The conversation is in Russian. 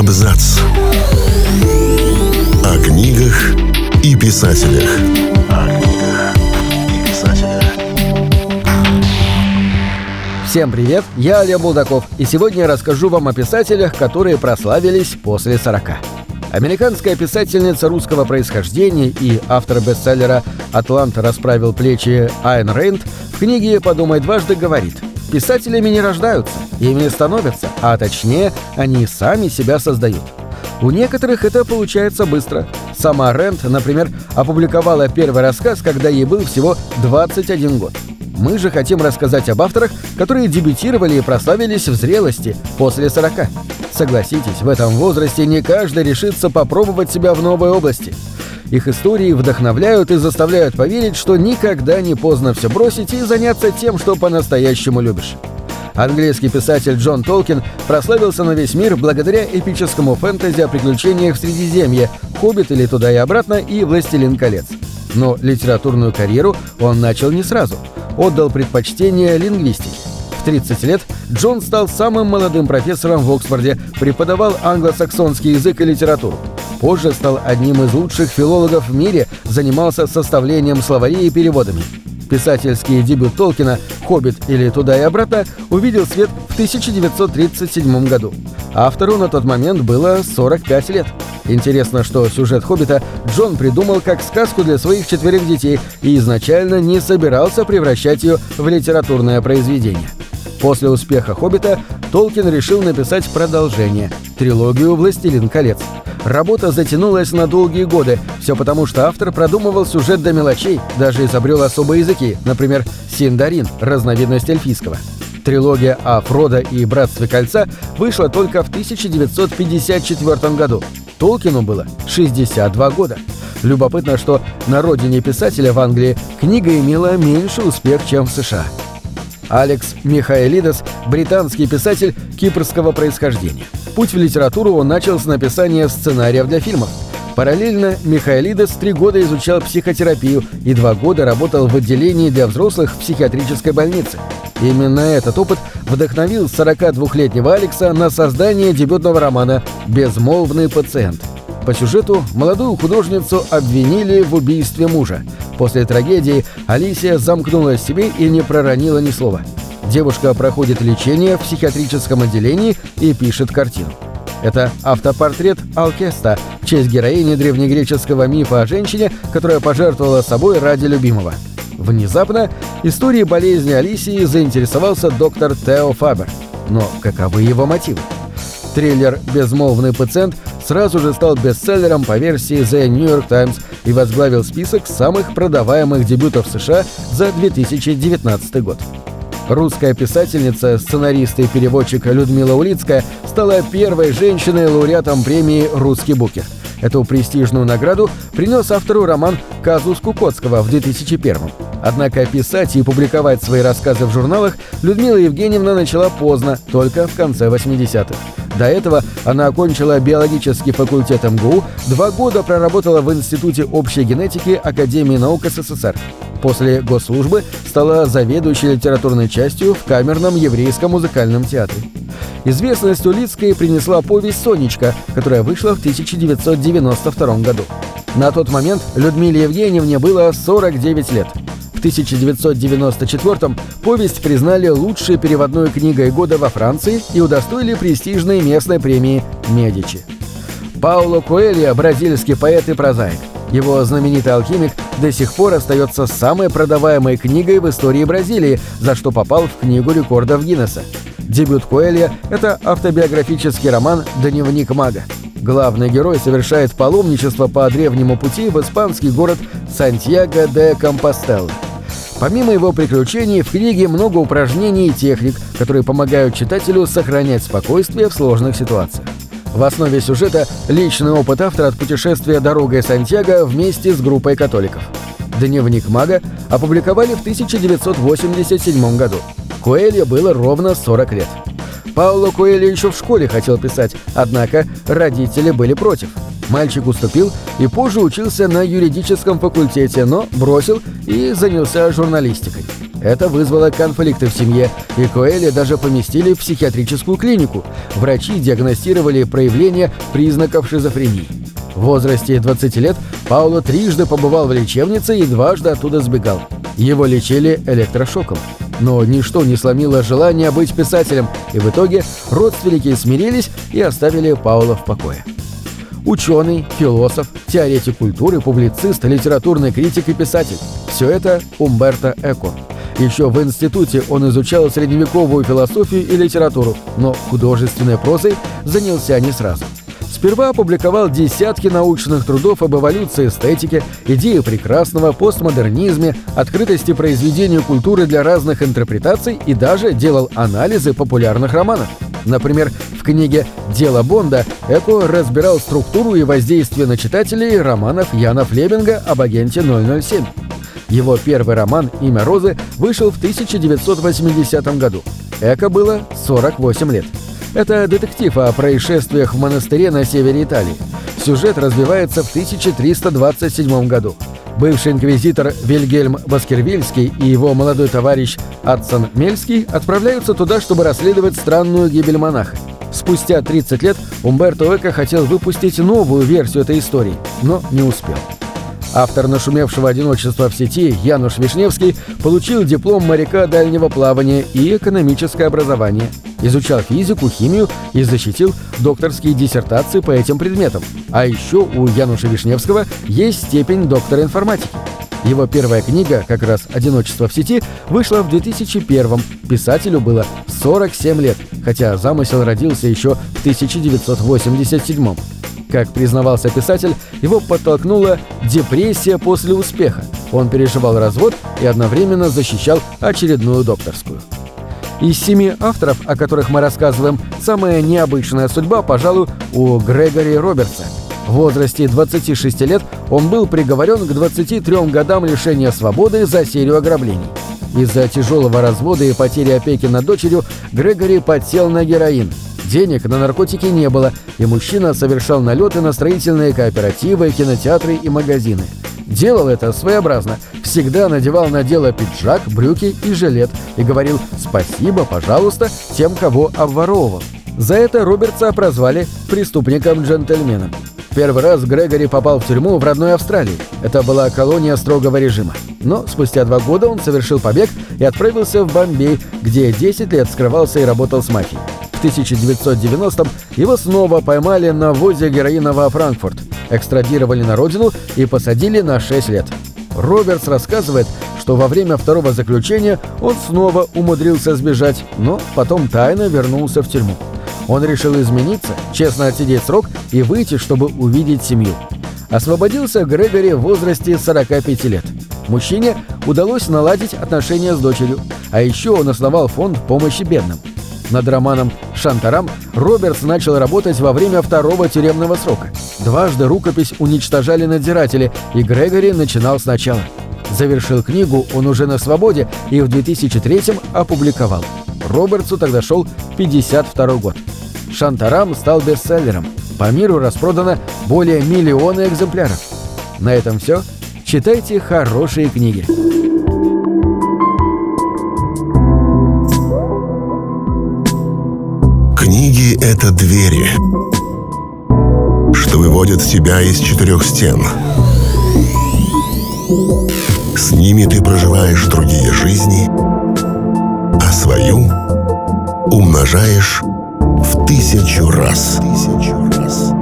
Абзац. О книгах и писателях. Всем привет, я Олег Булдаков, и сегодня я расскажу вам о писателях, которые прославились после 40. Американская писательница русского происхождения и автор бестселлера «Атлант расправил плечи» Айн Рэнд в книге «Подумай дважды» говорит: «Писателями не рождаются, ими становятся, а точнее, они сами себя создают». У некоторых это получается быстро. Сама Рэнд, например, опубликовала первый рассказ, когда ей был всего 21 год. Мы же хотим рассказать об авторах, которые дебютировали и прославились в зрелости, после 40. Согласитесь, в этом возрасте не каждый решится попробовать себя в новой области. Их истории вдохновляют и заставляют поверить, что никогда не поздно все бросить и заняться тем, что по-настоящему любишь. Английский писатель Джон Толкин прославился на весь мир благодаря эпическому фэнтези о приключениях в Средиземье, «Хоббит» или «Туда и обратно» и «Властелин колец». Но литературную карьеру он начал не сразу. Отдал предпочтение лингвистике. В 30 лет Джон стал самым молодым профессором в Оксфорде, преподавал англосаксонский язык и литературу. Позже стал одним из лучших филологов в мире, занимался составлением словарей и переводами. Писательский дебют Толкина «Хоббит» или «Туда и обратно» увидел свет в 1937 году. Автору на тот момент было 45 лет. Интересно, что сюжет «Хоббита» Джон придумал как сказку для своих 4 детей и изначально не собирался превращать ее в литературное произведение. После успеха «Хоббита» Толкин решил написать продолжение – трилогию «Властелин колец». Работа затянулась на долгие годы, все потому, что автор продумывал сюжет до мелочей, даже изобрел особые языки, например, синдарин – разновидность эльфийского. Трилогия о Фродо и Братстве кольца вышла только в 1954 году. Толкину было 62 года. Любопытно, что на родине писателя в Англии книга имела меньший успех, чем в США. Алекс Михаэлидес – британский писатель кипрского происхождения. Путь в литературу он начал с написания сценариев для фильмов. Параллельно Михаэлидес 3 года изучал психотерапию и 2 года работал в отделении для взрослых в психиатрической больнице. Именно этот опыт вдохновил 42-летнего Алекса на создание дебютного романа «Безмолвный пациент». По сюжету молодую художницу обвинили в убийстве мужа. После трагедии Алисия замкнулась в себе и не проронила ни слова. Девушка проходит лечение в психиатрическом отделении и пишет картину. Это автопортрет Алкеста в честь героини древнегреческого мифа о женщине, которая пожертвовала собой ради любимого. Внезапно историей болезни Алисии заинтересовался доктор Тео Фабер. Но каковы его мотивы? Триллер «Безмолвный пациент» сразу же стал бестселлером по версии The New York Times и возглавил список самых продаваемых дебютов в США за 2019 год. Русская писательница, сценарист и переводчик Людмила Улицкая стала первой женщиной-лауреатом премии «Русский букер». Эту престижную награду принес автору роман «Казус Кукоцкого» в 2001. Однако писать и публиковать свои рассказы в журналах Людмила Евгеньевна начала поздно, только в конце 80-х. До этого она окончила биологический факультет МГУ, 2 года проработала в Институте общей генетики Академии наук СССР. После госслужбы стала заведующей литературной частью в Камерном еврейском музыкальном театре. Известность Улицкой принесла повесть «Сонечка», которая вышла в 1992 году. На тот момент Людмиле Евгеньевне было 49 лет. В 1994-м повесть признали лучшей переводной книгой года во Франции и удостоили престижной местной премии «Медичи». Пауло Коэльо – бразильский поэт и прозаик. Его знаменитый «Алхимик» до сих пор остается самой продаваемой книгой в истории Бразилии, за что попал в Книгу рекордов Гиннесса. Дебют Коэльо – это автобиографический роман «Дневник мага». Главный герой совершает паломничество по древнему пути в испанский город Сантьяго де Компостела. Помимо его приключений, в книге много упражнений и техник, которые помогают читателю сохранять спокойствие в сложных ситуациях. В основе сюжета личный опыт автора от путешествия дорогой Сантьяго вместе с группой католиков. «Дневник мага» опубликовали в 1987 году. Коэльо было ровно 40 лет. Пауло Коэльо еще в школе хотел писать, однако родители были против. Мальчик уступил и позже учился на юридическом факультете, но бросил и занялся журналистикой. Это вызвало конфликты в семье, и Коэля даже поместили в психиатрическую клинику. Врачи диагностировали проявление признаков шизофрении. В возрасте 20 лет Пауло трижды побывал в лечебнице и дважды оттуда сбегал. Его лечили электрошоком. Но ничто не сломило желание быть писателем, и в итоге родственники смирились и оставили Пауло в покое. Ученый, философ, теоретик культуры, публицист, литературный критик и писатель – все это Умберто Эко. Еще в институте он изучал средневековую философию и литературу, но художественной прозой занялся не сразу. Сперва опубликовал десятки научных трудов об эволюции эстетики, идее прекрасного, постмодернизме, открытости произведений культуры для разных интерпретаций и даже делал анализы популярных романов. Например, в книге «Дело Бонда» Эко разбирал структуру и воздействие на читателей романов Яна Флеминга об агенте 007. Его первый роман «Имя Розы» вышел в 1980 году. Эко было 48 лет. Это детектив о происшествиях в монастыре на севере Италии. Сюжет развивается в 1327 году. Бывший инквизитор Вильгельм Баскервильский и его молодой товарищ Адсон Мельский отправляются туда, чтобы расследовать странную гибель монаха. Спустя 30 лет Умберто Эко хотел выпустить новую версию этой истории, но не успел. Автор нашумевшего одиночества в сети Януш Вишневский получил диплом моряка дальнего плавания и экономическое образование. Изучал физику, химию и защитил докторские диссертации по этим предметам. А еще у Януша Вишневского есть степень доктора информатики. Его первая книга, как раз «Одиночество в сети», вышла в 2001-м. Писателю было 47 лет, хотя замысел родился еще в 1987-м. Как признавался писатель, его подтолкнула депрессия после успеха. Он переживал развод и одновременно защищал очередную докторскую. Из 7 авторов, о которых мы рассказываем, самая необычная судьба, пожалуй, у Грегори Робертса. В возрасте 26 лет он был приговорен к 23 годам лишения свободы за серию ограблений. Из-за тяжелого развода и потери опеки над дочерью Грегори подсел на героин. Денег на наркотики не было, и мужчина совершал налеты на строительные кооперативы, кинотеатры и магазины. Делал это своеобразно. Всегда надевал на дело пиджак, брюки и жилет и говорил «спасибо, пожалуйста» тем, кого обворовывал. За это Робертса прозвали преступником-джентльменом. Первый раз Грегори попал в тюрьму в родной Австралии. Это была колония строгого режима. Но спустя 2 года он совершил побег и отправился в Бомбей, где 10 лет скрывался и работал с мафией. В 1990-м его снова поймали на ввозе героина во Франкфурт, экстрадировали на родину и посадили на 6 лет. Робертс рассказывает, что во время второго заключения он снова умудрился сбежать, но потом тайно вернулся в тюрьму. Он решил измениться, честно отсидеть срок и выйти, чтобы увидеть семью. Освободился Грегори в возрасте 45 лет. Мужчине удалось наладить отношения с дочерью, а еще он основал фонд помощи бедным. Над романом «Шантарам» Робертс начал работать во время второго тюремного срока. Дважды рукопись уничтожали надзиратели, и Грегори начинал сначала. Завершил книгу он уже на свободе и в 2003-м опубликовал. Робертсу тогда шел 52-й год. «Шантарам» стал бестселлером. По миру распродано более 1 миллиона экземпляров. На этом все. Читайте хорошие книги. Книги — это двери, что выводят тебя из 4 стен. С ними ты проживаешь другие жизни, а свою умножаешь в 1000 раз.